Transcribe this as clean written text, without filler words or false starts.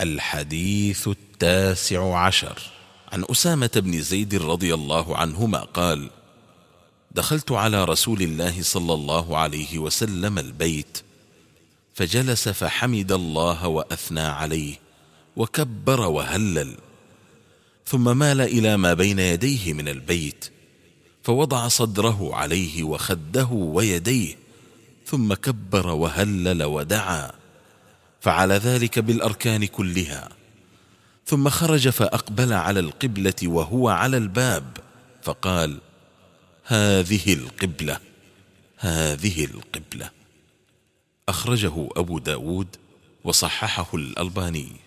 الحديث 19. عن أسامة بن زيد رضي الله عنهما قال: دخلت على رسول الله صلى الله عليه وسلم البيت، فجلس فحمد الله وأثنى عليه وكبر وهلل، ثم مال إلى ما بين يديه من البيت، فوضع صدره عليه وخده ويديه، ثم كبر وهلل ودعا، فعل ذلك بالأركان كلها، ثم خرج فأقبل على القبلة وهو على الباب، فقال: هذه القبلة، هذه القبلة. أخرجه أبو داود وصححه الألباني.